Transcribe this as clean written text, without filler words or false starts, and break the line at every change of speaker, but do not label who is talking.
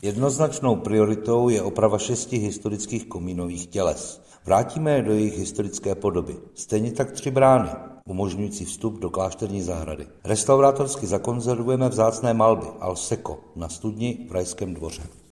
Jednoznačnou prioritou je oprava 6 historických komínových těles. Vrátíme je do jejich historické podoby. Stejně tak 3 brány, umožňující vstup do klášterní zahrady. Restaurátorsky zakonzervujeme vzácné malby Al Secco na studni v Rajském dvoře.